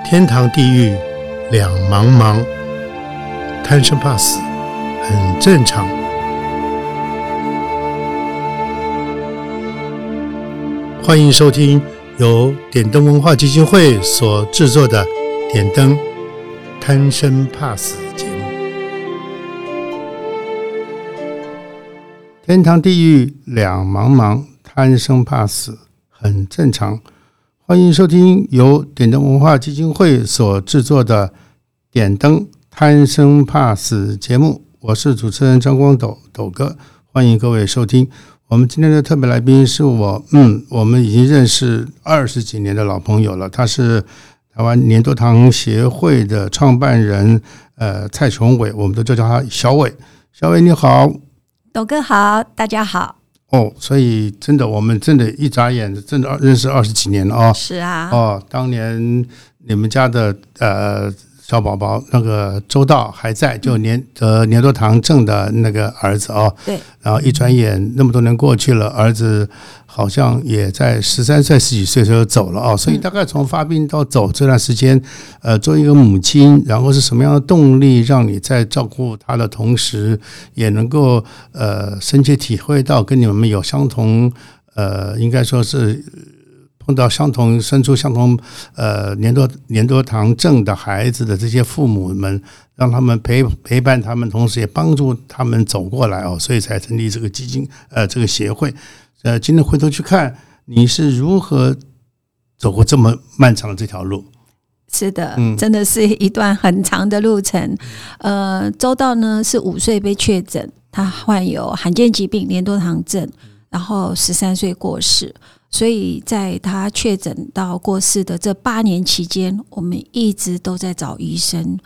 天堂地狱两茫茫，贪生怕死很正常。欢迎收听由点灯文化基金会所制作的点灯贪生怕死节目。天堂地狱两茫茫，贪生怕死很正常。欢迎收听由点灯文化基金会所制作的点灯贪生怕死节目，我是主持人张光斗哥，欢迎各位收听。我们今天的特别来宾是我们已经认识20几年的老朋友了，他是台湾年多堂协会的创办人蔡琼伟，我们都叫他小伟。小伟你好。 斗哥好，大家好。 所以真的我们真的一眨眼真的认识20几年了哦。 是啊。 当年你们家的小宝宝那个周道还在，就年多堂正的那个儿子哦。 对。 然后一转眼那么多年过去了，儿子好像也在13岁10几岁的时候走了哦。所以大概从发病到走这段时间，作为一个母亲，然后是什么样的动力让你在照顾他的同时，也能够深切体会到跟你们有相同应该说是碰到生出相同年多堂正的孩子的这些父母们，让他们陪伴他们，同时也帮助他们走过来哦，所以才成立这个基金这个协会。今天回头去看，你是如何走过这么漫长的这条路？ 是的，真的是一段很长的路程。周道呢是5岁被确诊，他患有罕见疾病年多堂症，然后13岁过世。所以在他确诊到过世的这8年期间，我们一直都在找医生。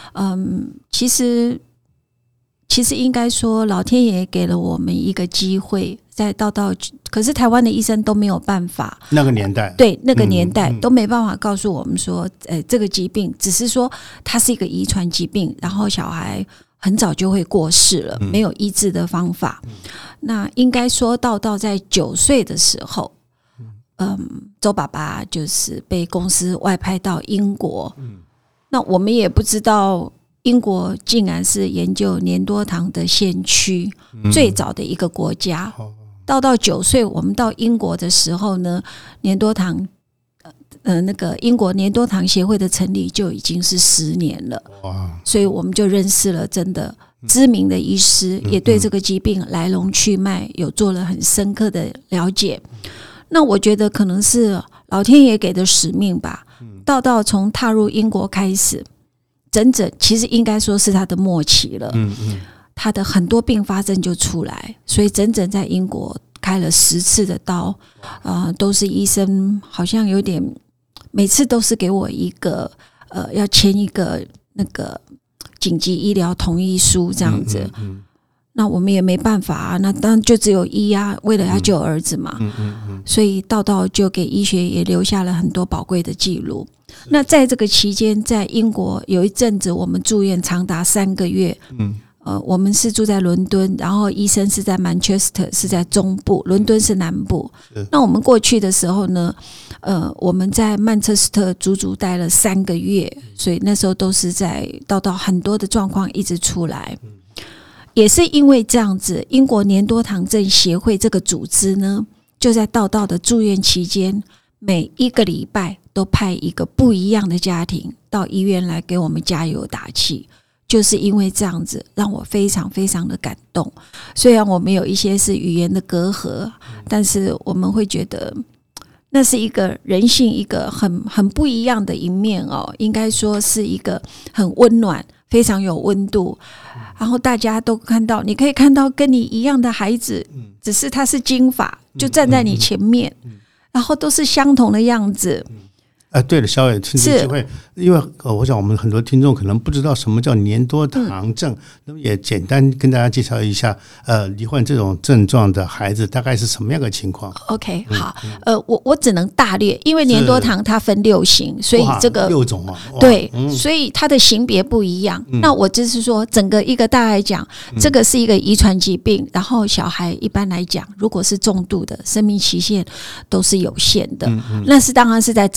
其实应该说老天爷给了我们一个机会，在可是台湾的医生都没有办法， 那个年代， 对，那个年代都没办法告诉我们说这个疾病只是说它是一个遗传疾病，然后小孩很早就会过世了，没有医治的方法。那应该说到在9岁的时候，周爸爸就是被公司外派到英国，那我们也不知道英国竟然是研究年多堂的先驱，最早的一个国家。到9岁我们到英国的时候呢，年多堂那个英国年多堂协会的成立就已经是10年了。所以我们就认识了真的知名的医师，也对这个疾病来龙去脉有做了很深刻的了解。那我觉得可能是老天爷给的使命吧。到从踏入英国开始，整其实应该说是他的末期了。他的很多并发症就出来，所以整在英国开了10次的刀，都是医生好像有点，每次都是给我一个要签一个那个紧急医疗同意书这样子。那我们也没办法啊，那当然就只有医啊，为了要救儿子嘛。所以道就给医学也留下了很多宝贵的记录。那在这个期间，在英国有一阵子我们住院长达3个月。我们是住在伦敦，然后医生是在 Manchester， 是在中部，伦敦是南部。那我们过去的时候呢，我们在曼彻斯特足待了3个月，所以那时候都是在道很多的状况一直出来。也是因为这样子，英国年多堂症协会这个组织呢，就在道的住院期间，每1个礼拜都派一个不一样的家庭到医院来给我们加油打气。就是因为这样子，让我非常非常的感动。虽然我们有一些是语言的隔阂，但是我们会觉得那是一个人性，一个很不一样的一面哦。应该说是一个很温暖，非常有温度。然后大家都看到，你可以看到跟你一样的孩子，只是他是金发，就站在你前面，然后都是相同的样子。 对了，小伟，趁这个机会，因为我想我们很多听众可能不知道什么叫年多堂症，那么也简单跟大家介绍一下，罹患这种症状的孩子大概是什么样的情况 ？OK， 好，我只能大略，因为年多堂它分6型，所以这个 6种对，所以它的型别不一样。那我就是说，整个一个大来讲，这个是一个遗传疾病，然后小孩一般来讲，如果是重度的，生命期限都是有限的，那是当然是在早期。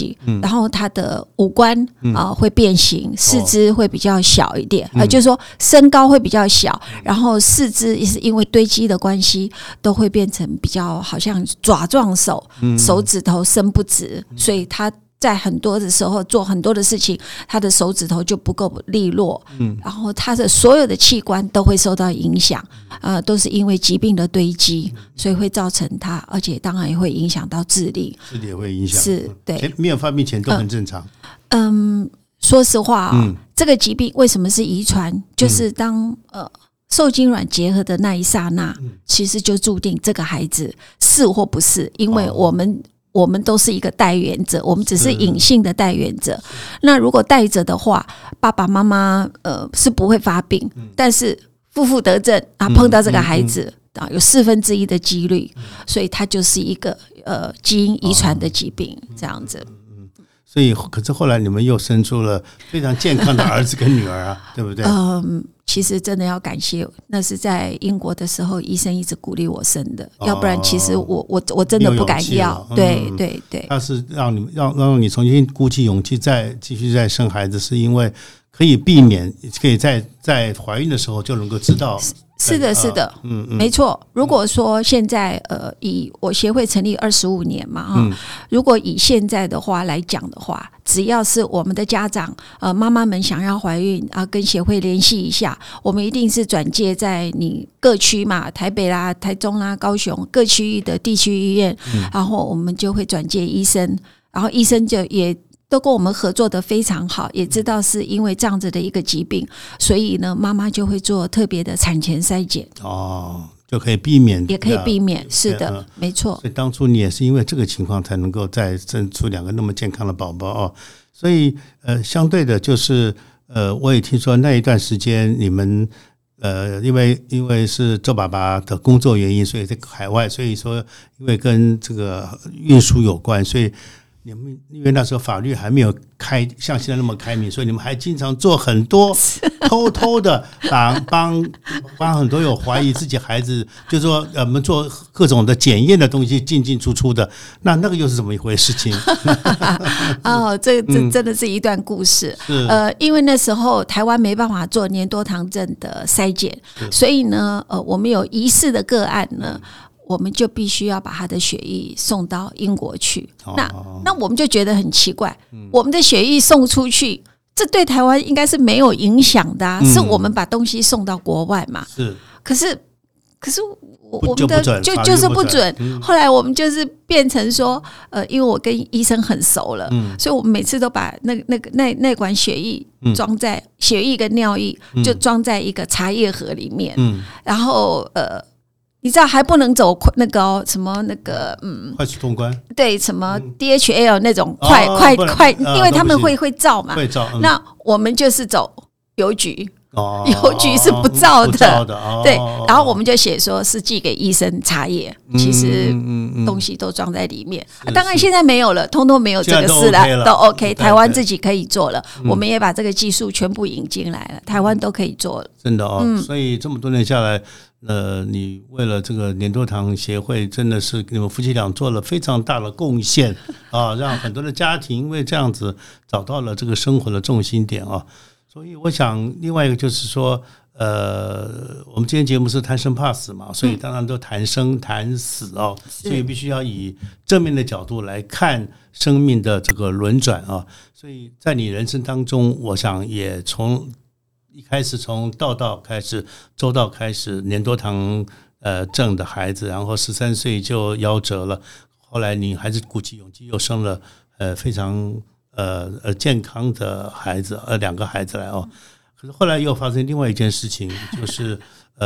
期，然后他的五官会变形，四肢会比较小一点，就是说身高会比较小，然后四肢也是因为堆积的关系，都会变成比较好像爪状手，手指头伸不直，所以他在很多的时候做很多的事情，他的手指头就不够利落，然后他的所有的器官都会受到影响，都是因为疾病的堆积，所以会造成他，而且当然也会影响到智力， 智力也会影响， 是对， 没有发病前都很正常。 说实话这个疾病为什么是遗传？就是当受精卵结合的那一刹那，其实就注定这个孩子是或不是，因为我们都是一个带源者，我们只是隐性的带源者。那如果带着的话，爸爸妈妈是不会发病，但是负得正碰到这个孩子有1/4的几率，所以它就是一个基因遗传的疾病这样子。 所以，可是后来你们又生出了非常健康的儿子跟女儿啊，对不对？ 其实真的要感谢，那是在英国的时候，医生一直鼓励我生的，要不然其实我真的不敢要。对对对， 他是让你重新鼓起勇气再继续再生孩子，是因为可以避免，可以在怀孕的时候就能够知道。 是的，是的，没错。如果说现在以我协会成立25年嘛如果以现在的话来讲的话，只要是我们的家长妈妈们想要怀孕跟协会联系一下，我们一定是转介在你各区嘛，台北啦、台中啦、高雄各区域的地区医院，然后我们就会转介医生，然后医生就也都跟我们合作的非常好，也知道是因为这样子的一个疾病，所以呢，妈妈就会做特别的产前筛检就可以避免， 也可以避免，是的，没错。 所以当初你也是因为这个情况才能够再生出2个那么健康的宝宝所以相对的就是我也听说那一段时间你们因为是周爸爸的工作原因，所以在海外，所以说因为跟这个运输有关，所以你们因为那时候法律还没有像现在那么开明，所以你们还经常做很多偷偷的帮很多有怀疑自己孩子，就是说我们做各种的检验的东西进出出的，那个又是怎么一回事情？ 这真的是一段故事。因为那时候台湾没办法做黏多糖症的筛检，所以呢，我们有疑似的个案呢。我们就必须要把他的血液送到英国去，那我们就觉得很奇怪，我们的血液送出去，这对台湾应该是没有影响的是我们把东西送到国外嘛？可是我们的就是不准。后来我们就是变成说，因为我跟医生很熟了，所以我们每次都把那管血液装在血液跟尿液就装在一个茶叶盒里面，然后你知道还不能走那个什么那个快速通关， 对，什么 DHL 那种快，因为他们会照嘛， 会照。 那我们就是走邮局。邮局是不照的，对，然后我们就写说是寄给医生茶叶，其实东西都装在里面。当然现在没有了，通通没有这个事了，都 OK。台湾自己可以做了，我们也把这个技术全部引进来了，台湾都可以做了。 真的所以这么多年下来，你为了这个黏多糖协会，真的是你们夫妻俩做了非常大的贡献让很多的家庭因为这样子找到了这个生活的重心点所以我想另外一个就是说我们今天节目是谈生怕死嘛，所以当然都谈生谈死所以必须要以正面的角度来看生命的这个轮转所以在你人生当中，我想也从一开始从道开始，周到开始黏多糖症的孩子，然后13岁就夭折了，后来你还是鼓起勇气又生了非常健康的孩子2个孩子来可是后来又发生另外一件事情，就是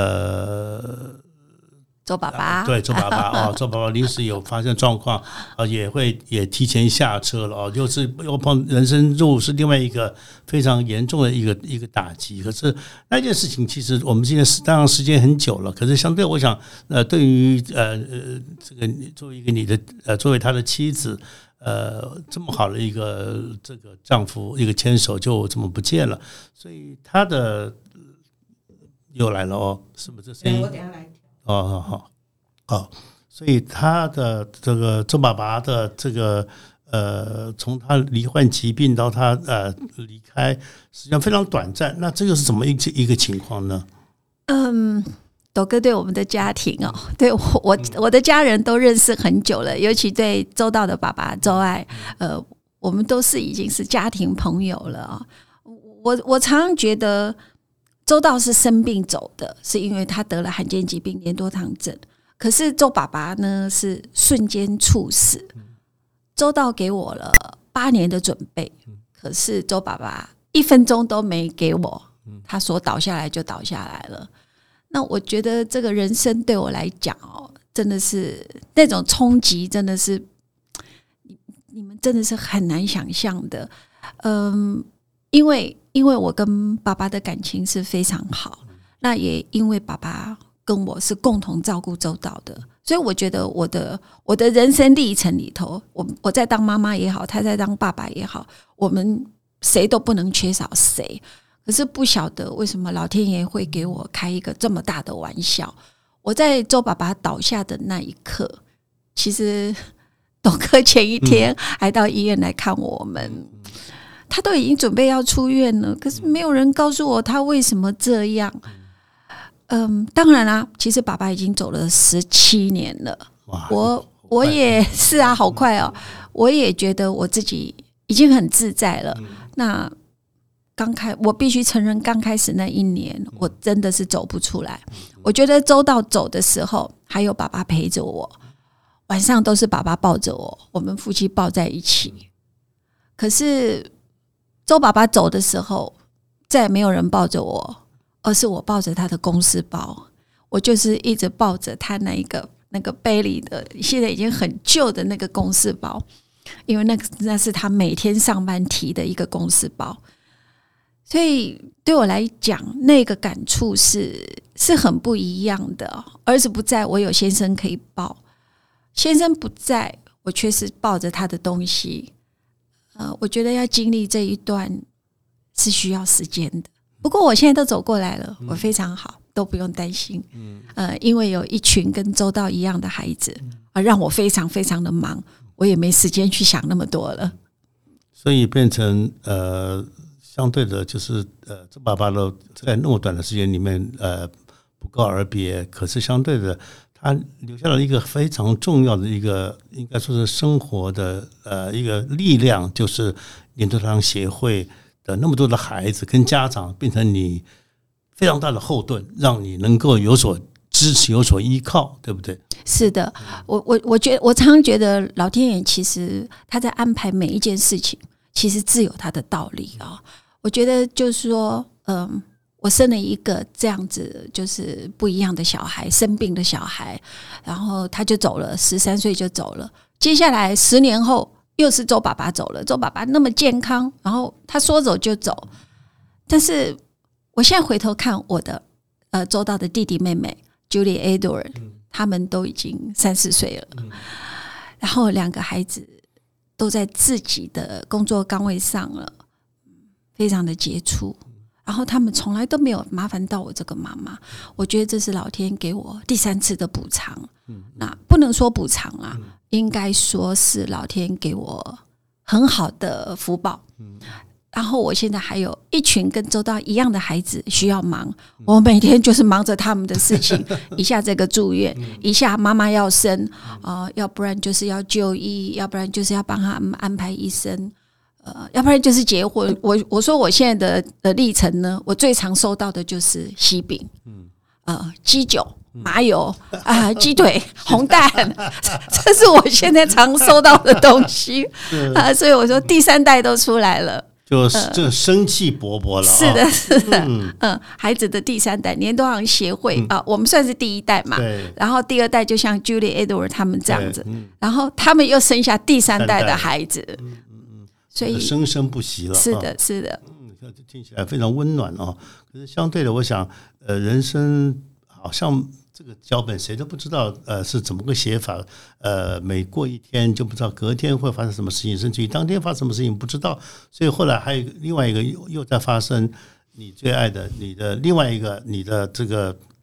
周爸爸对周爸爸周爸爸临时有发生状况也提前下车了又碰人生路是另外一个非常严重的一个打击。可是那件事情其实我们现在当然时间很久了，可是相对我想对于这个作为一个你的作为他的妻子这么好的一个这个丈夫一个牵手就这么不见了，所以他的又来了是不是这声音？ 我等一下来好，所以他的这个周爸爸的这个从他罹患疾病到他离开，实际上非常短暂。那这又是怎么一个情况呢？ 斗哥对我们的家庭对我的家人都认识很久了，尤其对周道的爸爸周爱，我们都是已经是家庭朋友了我常常觉得周道是生病走的，是因为他得了罕见疾病连多糖症。可是周爸爸呢是瞬间猝死。周道给我了8年的准备，可是周爸爸1分钟都没给我，他说倒下来就倒下来了。那我觉得这个人生对我来讲真的是那种冲击，真的是你们真的是很难想象的。因为我跟爸爸的感情是非常好，那也因为爸爸跟我是共同照顾周道的，所以我觉得我的人生历程里头，我在当妈妈也好，他在当爸爸也好，我们谁都不能缺少谁。可是不晓得为什么老天爷会给我开一个这么大的玩笑。我在周爸爸倒下的那一刻，其实斗哥前一天还到医院来看我们，他都已经准备要出院了，可是没有人告诉我他为什么这样。当然啦，其实爸爸已经走了17年了。我也是啊，好快我也觉得我自己已经很自在了。那我必须承认，刚开始那1年我真的是走不出来。我觉得周道走的时候还有爸爸陪着我，晚上都是爸爸抱着我们夫妻抱在一起。可是周爸爸走的时候再也没有人抱着我，而是我抱着他的公司包。我就是一直抱着他那个杯里的现在已经很旧的那个公司包，因为那是他每天上班提的一个公司包。所以对我来讲，那个感触是很不一样的。儿子不在，我有先生可以抱；先生不在，我却是抱着他的东西。我觉得要经历这一段是需要时间的。不过我现在都走过来了，我非常好，都不用担心。因为有一群跟周道一样的孩子，让我非常非常的忙，我也没时间去想那么多了。 所以变成相对的就是周爸爸的在那么短的时间里面不告而别，可是相对的他留下了一个非常重要的一个应该说是生活的一个力量，就是连多糖协会的那么多的孩子跟家长变成你非常大的后盾，让你能够有所支持有所依靠，对不对？ 是的，我常常觉得老天爷其实他在安排每一件事情其实自有他的道理我觉得就是说我生了一个这样子就是不一样的小孩，生病的小孩，然后他就走了，13岁就走了。接下来10年后又是周爸爸走了，周爸爸那么健康，然后他说走就走。但是我现在回头看我的周道的弟弟妹妹 Julie Edward，他们都已经30岁了，然后2个孩子都在自己的工作岗位上了，非常的杰出，然后他们从来都没有麻烦到我这个妈妈。我觉得这是老天给我第3次的补偿。那不能说补偿啦，应该说是老天给我很好的福报。然后我现在还有一群跟周道一样的孩子需要忙，我每天就是忙着他们的事情，一下这个住院，一下妈妈要生要不然就是要就医，要不然就是要帮他们安排医生，要不然就是结婚。我说我现在的历程呢，我最常收到的就是喜饼，鸡酒、麻油鸡腿、红蛋，这是我现在常收到的东西所以我说第3代都出来了。 就这个生气勃勃了。 是的，是的，孩子的第3代年多行协会我们算是第1代嘛，然后第2代就像 Julie Edward 他们这样子，然后他们又生下第3代的孩子，所以生生不息了。 是的，是的， 听起来非常温暖可是相对的，我想人生好像这个脚本谁都不知道是怎么个写法，每过一天就不知道隔天会发生什么事情，甚至于当天发生什么事情不知道。所以后来还有另外一个又在发生，你最爱的你的另外一个你的这个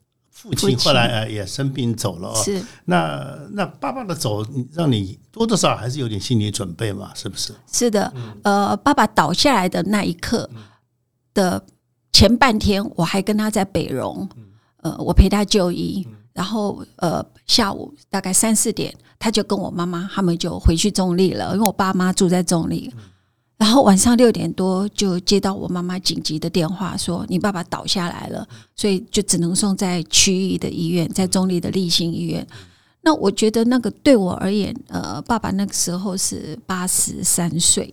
父亲后来也生病走了是。 那爸爸的走，让你多多少少还是有点心理准备嘛，是不是？ 是的，爸爸倒下来的那一刻的前半天，我还跟他在北荣，我陪他就医，然后下午大概3、4点，他就跟我妈妈他们就回去中立了，因为我爸妈住在中立。然后晚上6点多就接到我妈妈紧急的电话，说你爸爸倒下来了，所以就只能送在区域的医院，在中立的立新医院。那我觉得那个对我而言，爸爸那个时候是83岁，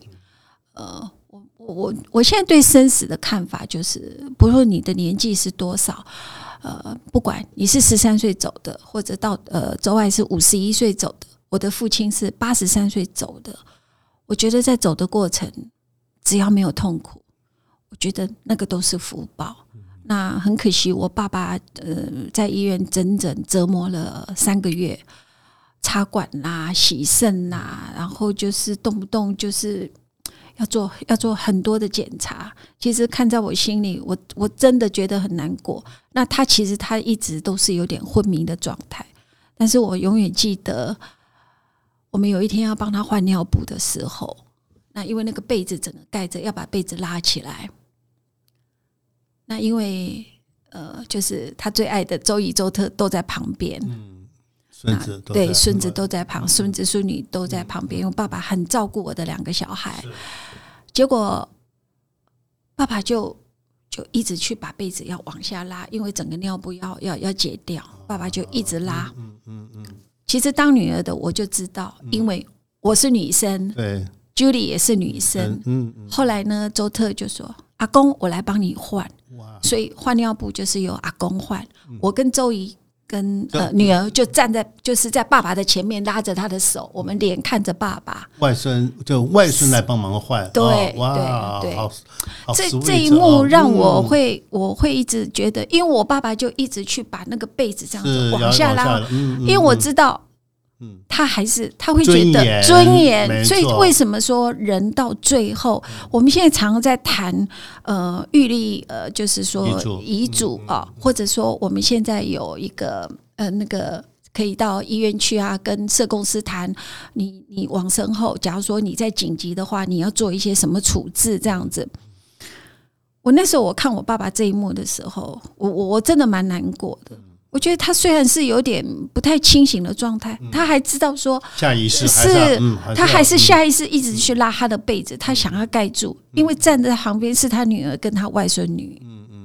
我现在对生死的看法就是，不论你的年纪是多少，不管你是13岁走的，或者到周爱是51岁走的，我的父亲是83岁走的。我觉得在走的过程，只要没有痛苦，我觉得那个都是福报。那很可惜，我爸爸在医院整整折磨了3个月，插管啦、洗肾啦，然后就是动不动就是要做很多的检查。其实看在我心里，我真的觉得很难过。那他其实他一直都是有点昏迷的状态，但是我永远记得。我们有一天要帮他换尿布的时候，那因为那个被子整个盖着，要把被子拉起来。那因为就是他最爱的周怡、周特都在旁边， 孙子都对，孙子都在旁，孙子孙女都在旁边。因为爸爸很照顾我的2个小孩，结果爸爸就一直去把被子要往下拉，因为整个尿布要解掉，爸爸就一直拉。其实当女儿的我就知道，因为我是女生，对 ，Julie 也是女生。后来呢，周特就说：“阿公，我来帮你换。”所以换尿布就是由阿公换。我跟周怡跟女儿就站在就是在爸爸的前面拉着他的手，我们脸看着爸爸。 外孙来帮忙换。 对， 哇， 对， 好这一幕让我会一直觉得，因为我爸爸就一直去把那个被子这样子往下拉，因为我知道。他会觉得尊严，所以为什么说人到最后，我们现在常常在谈预立就是说遗嘱啊，或者说我们现在有一个那个可以到医院去啊，跟社工师谈你往生后，假如说你在紧急的话，你要做一些什么处置这样子。我那时候我看我爸爸这一幕的时候，我真的蛮难过的。我觉得他虽然是有点不太清醒的状态，他还知道说下意识他还是下意识一直去拉他的被子，他想要盖住，因为站在旁边是他女儿跟他外孙女。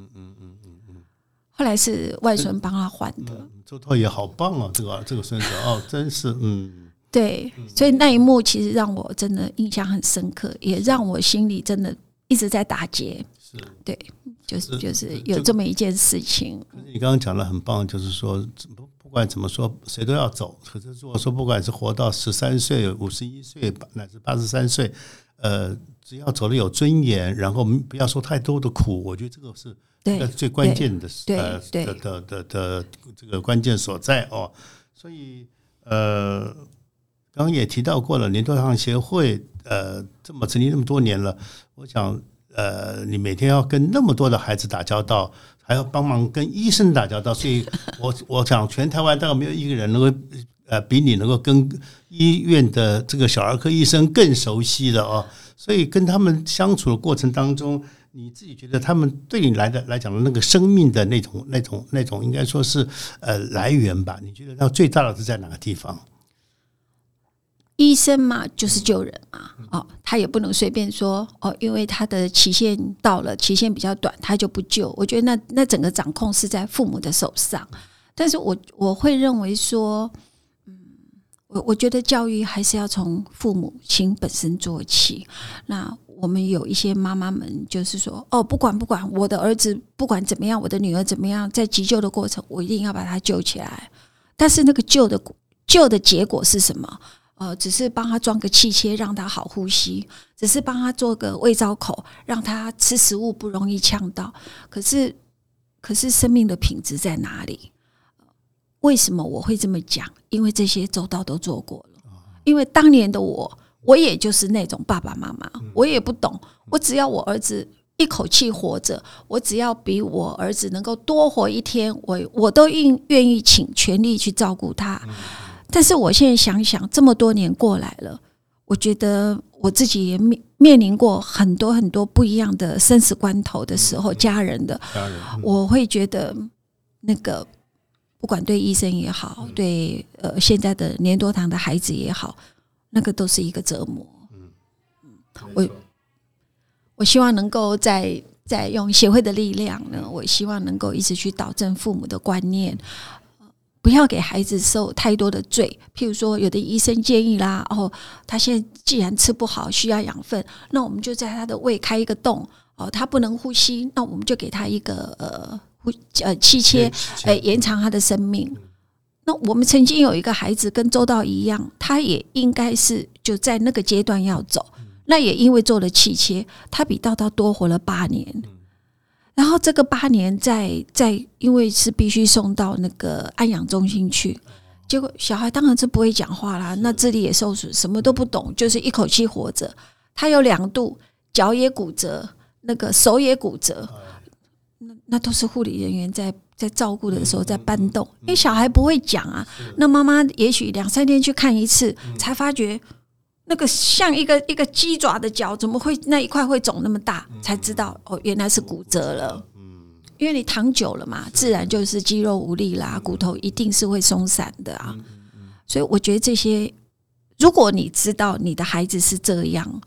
后来是外孙帮他换的。 周特也好棒哦，这个孙子真是对，所以那一幕其实让我真的印象很深刻，也让我心里真的一直在打结。对。就是有这么一件事情。 可是你刚刚讲的很棒，就是说不管怎么说，谁都要走。可是如果说不管是活到13岁、51岁，乃至83岁，只要走得有尊严，然后不要说太多的苦，我觉得这个是最关键的这个关键所在哦。所以刚刚也提到过了，年多障协会这么成立那么多年了，我想。你每天要跟那么多的孩子打交道，还要帮忙跟医生打交道，所以我想全台湾大概没有一个人能够比你能够跟医院的这个小儿科医生更熟悉的哦。所以跟他们相处的过程当中，你自己觉得他们对你来讲的那个生命的那种，应该说是来源吧？你觉得那最大的是在哪个地方？ 医生嘛，就是救人嘛，他也不能随便说因为他的期限到了，期限比较短，他就不救。我觉得那整个掌控是在父母的手上，但是我会认为说，我觉得教育还是要从父母亲本身做起。那我们有一些妈妈们就是说，不管我的儿子不管怎么样，我的女儿怎么样，在急救的过程，我一定要把他救起来。但是那个救的结果是什么？只是帮他装个气切让他好呼吸，只是帮他做个胃造口让他吃食物不容易呛到。可是生命的品质在哪里？为什么我会这么讲？因为这些周到都做过了。因为当年的我也就是那种爸爸妈妈，我也不懂，我只要我儿子一口气活着，我只要比我儿子能够多活一天，我都愿意请全力去照顾他。但是我现在想想，这么多年过来了，我觉得我自己也面临过很多很多不一样的生死关头的时候，家人的，我会觉得那个不管对医生也好，对现在的年多堂的孩子也好，那个都是一个折磨。我希望能够再用协会的力量呢，我希望能够一直去导正父母的观念，不要给孩子受太多的罪。譬如说有的医生建议啦，他现在既然吃不好需要养分，那我们就在他的胃开一个洞，他不能呼吸，那我们就给他一个气切，延长他的生命。那我们曾经有一个孩子跟周道一样，他也应该是就在那个阶段要走，那也因为做了气切，他比道道多活了8年。然后这个8年在因为是必须送到那个安养中心去，结果小孩当然是不会讲话啦，那智力也受损，什么都不懂，就是一口气活着。他有2度脚也骨折，那个手也骨折，那都是护理人员在照顾的时候在搬动，因为小孩不会讲啊。那妈妈也许2-3天去看一次，才发觉那个像一个鸡爪的脚，怎么会那一块会肿那么大？才知道原来是骨折了。因为你躺久了嘛，自然就是肌肉无力啦，骨头一定是会松散的啊。所以我觉得这些，如果你知道你的孩子是这样，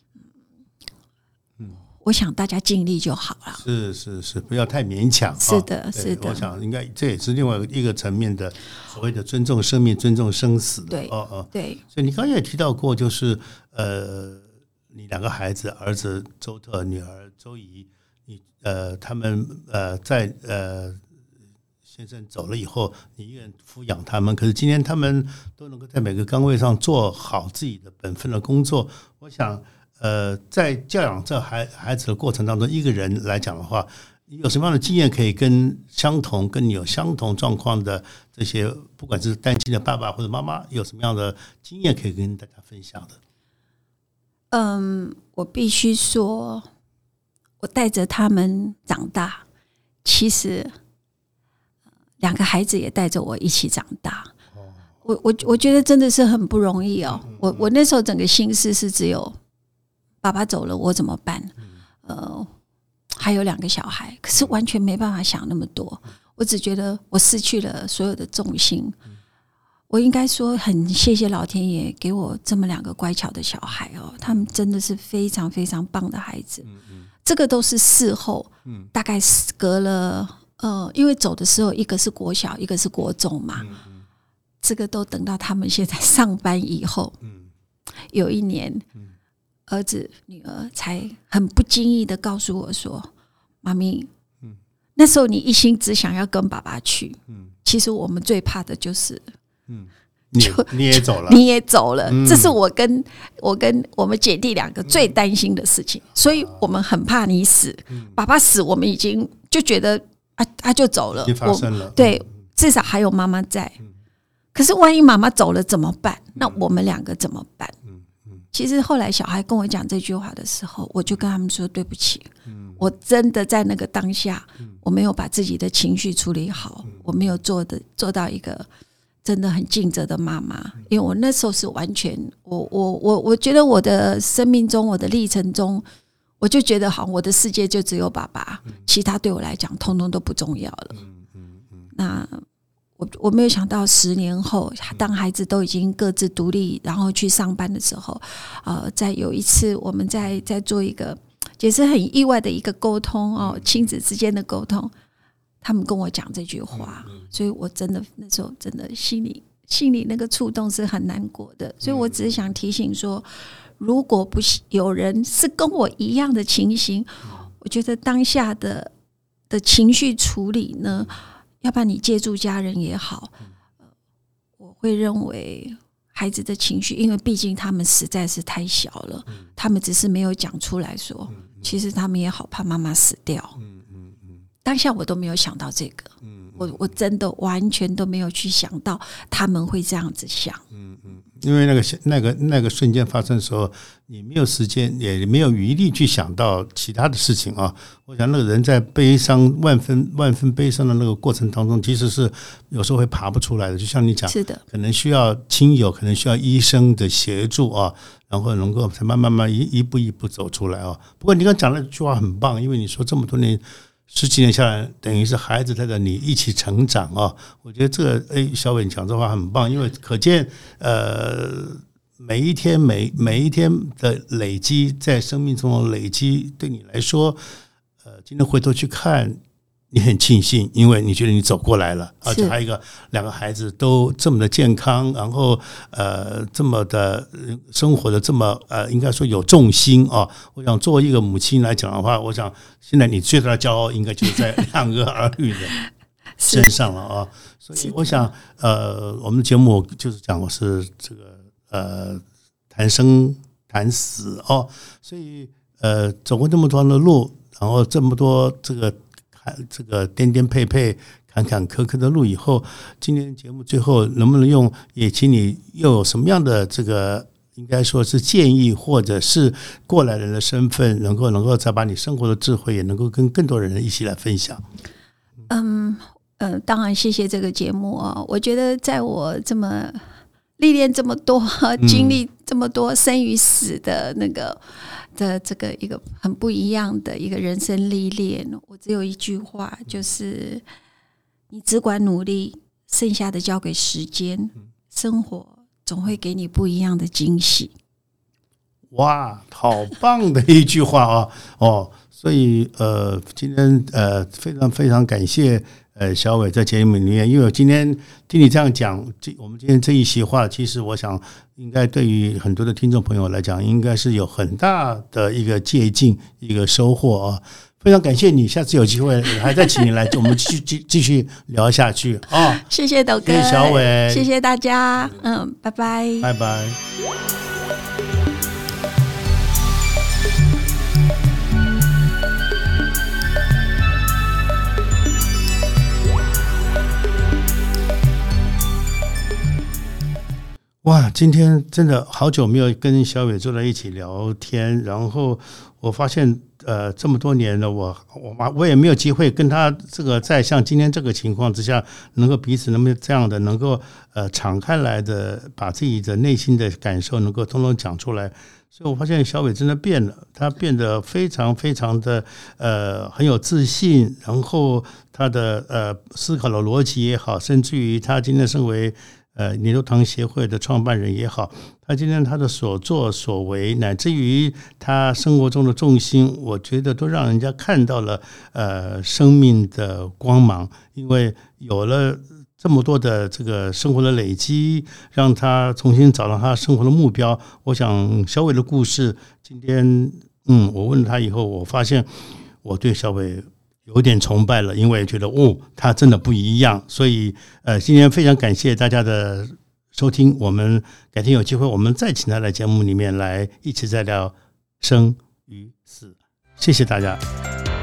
我想大家尽力就好了。 是，不要太勉强。 是的，是的。 我想应该这也是另外一个层面的所谓的尊重生命、尊重生死。 对，对。 所以你刚才也提到过，就是你2个孩子，儿子周特，女儿周怡，他们在先生走了以后，你一个人抚养他们。可是今天他们都能够在每个岗位上做好自己的本分的工作，我想。在教养这孩子的过程当中，一个人来讲的话，你有什么样的经验可以跟你有相同状况的这些，不管是单亲的爸爸或者妈妈，有什么样的经验可以跟大家分享的？我必须说，我带着他们长大，其实2个孩子也带着我一起长大。我觉得真的是很不容易哦。我那时候整个心思是只有。爸爸走了，我怎么办？还有2个小孩，可是完全没办法想那么多。我只觉得我失去了所有的重心。我应该说很谢谢老天爷给我这么2个乖巧的小孩哦，他们真的是非常非常棒的孩子。这个都是事后，大概隔了因为走的时候一个是国小，一个是国中嘛，这个都等到他们现在上班以后，有一年。儿子女儿才很不经意的告诉我说，妈咪，那时候你一心只想要跟爸爸去，其实我们最怕的就是你也走了， 你也走了，这是我跟我们姐弟2个最担心的事情，所以我们很怕你死，爸爸死我们已经就觉得他就走了， 已经发生了， 对，至少还有妈妈在，可是万一妈妈走了怎么办？那我们2个怎么办？其实后来小孩跟我讲这句话的时候，我就跟他们说对不起，我真的在那个当下，我没有把自己的情绪处理好，我没有做到一个真的很尽责的妈妈，因为我那时候是完全，我觉得我的生命中，我的历程中，我就觉得好像我的世界就只有爸爸，其他对我来讲通通都不重要了。那我没有想到10年后，当孩子都已经各自独立，然后去上班的时候，在有一次我们在做一个也是很意外的一个沟通哦，亲子之间的沟通，他们跟我讲这句话，所以我真的那时候真的心里那个触动是很难过的，所以我只是想提醒说，如果不有人是跟我一样的情形，我觉得当下的情绪处理呢。要不然你借助家人也好，我会认为孩子的情绪，因为毕竟他们实在是太小了，他们只是没有讲出来说，其实他们也好怕妈妈死掉。 当下我都没有想到这个，我真的完全都没有去想到他们会这样子想。 因为那个瞬间发生的时候，你没有时间，也没有余力去想到其他的事情啊。我想那个人在悲伤万分悲伤的那个过程当中，其实是有时候会爬不出来的。就像你讲， 是的， 可能需要亲友，可能需要医生的协助啊，然后能够慢慢一步一步走出来啊。不过你刚刚讲那句话很棒，因为你说这么多年。10几年下来，等于是孩子带着你一起成长啊！我觉得这个小伟你讲这话很棒，因为可见每一天的累积，在生命中的累积，对你来说，今天回头去看，你很庆幸，因为你觉得你走过来了，而且还有2个孩子都这么的健康，然后这么的生活的这么应该说有重心啊。我想作为一个母亲来讲的话，我想现在你最大的骄傲应该就是在2个儿女的身上了啊。所以我想我们的节目就是讲我是这个谈生谈死哦，所以走过这么多的路，然后这么多这个颠颠沛沛坎坎坷坷的路以后，今天节目最后能不能也请你又有什么样的这个应该说是建议，或者是过来人的身份，能够再把你生活的智慧也能够跟更多人一起来分享。 当然谢谢这个节目啊，我觉得在我这么历练这么多，经历这么多生与死的这个一个很不一样的一个人生历练，我只有一句话，就是你只管努力，剩下的交给时间，生活总会给你不一样的惊喜。 哇，好棒的一句话啊！所以今天非常非常感谢小伟在节目里面，因为我今天听你这样讲，我们今天这一席话，其实我想应该对于很多的听众朋友来讲，应该是有很大的一个借鉴，一个收获啊！非常感谢你，下次有机会还再请你来，我们继续聊下去啊！ 谢谢斗哥， 谢谢小伟， 谢谢大家，拜拜， 拜拜。哇，今天真的好久没有跟小伟坐在一起聊天，然后我发现这么多年了，我也没有机会跟他这个在像今天这个情况之下，能够彼此能不能这样的能够敞开来的把自己的内心的感受能够通通讲出来。所以我发现小伟真的变了，他变得非常非常的很有自信，然后他的思考的逻辑也好，甚至于他今天身为年头堂协会的创办人也好，他今天他的所作所为，乃至于他生活中的重心，我觉得都让人家看到了生命的光芒。因为有了这么多的这个生活的累积，让他重新找到他生活的目标。我想小伟的故事，今天我问他以后，我发现我对小伟有点崇拜了，因为觉得他真的不一样。所以今天非常感谢大家的收听，我们改天有机会我们再请他来节目里面来一起再聊生与死。谢谢大家。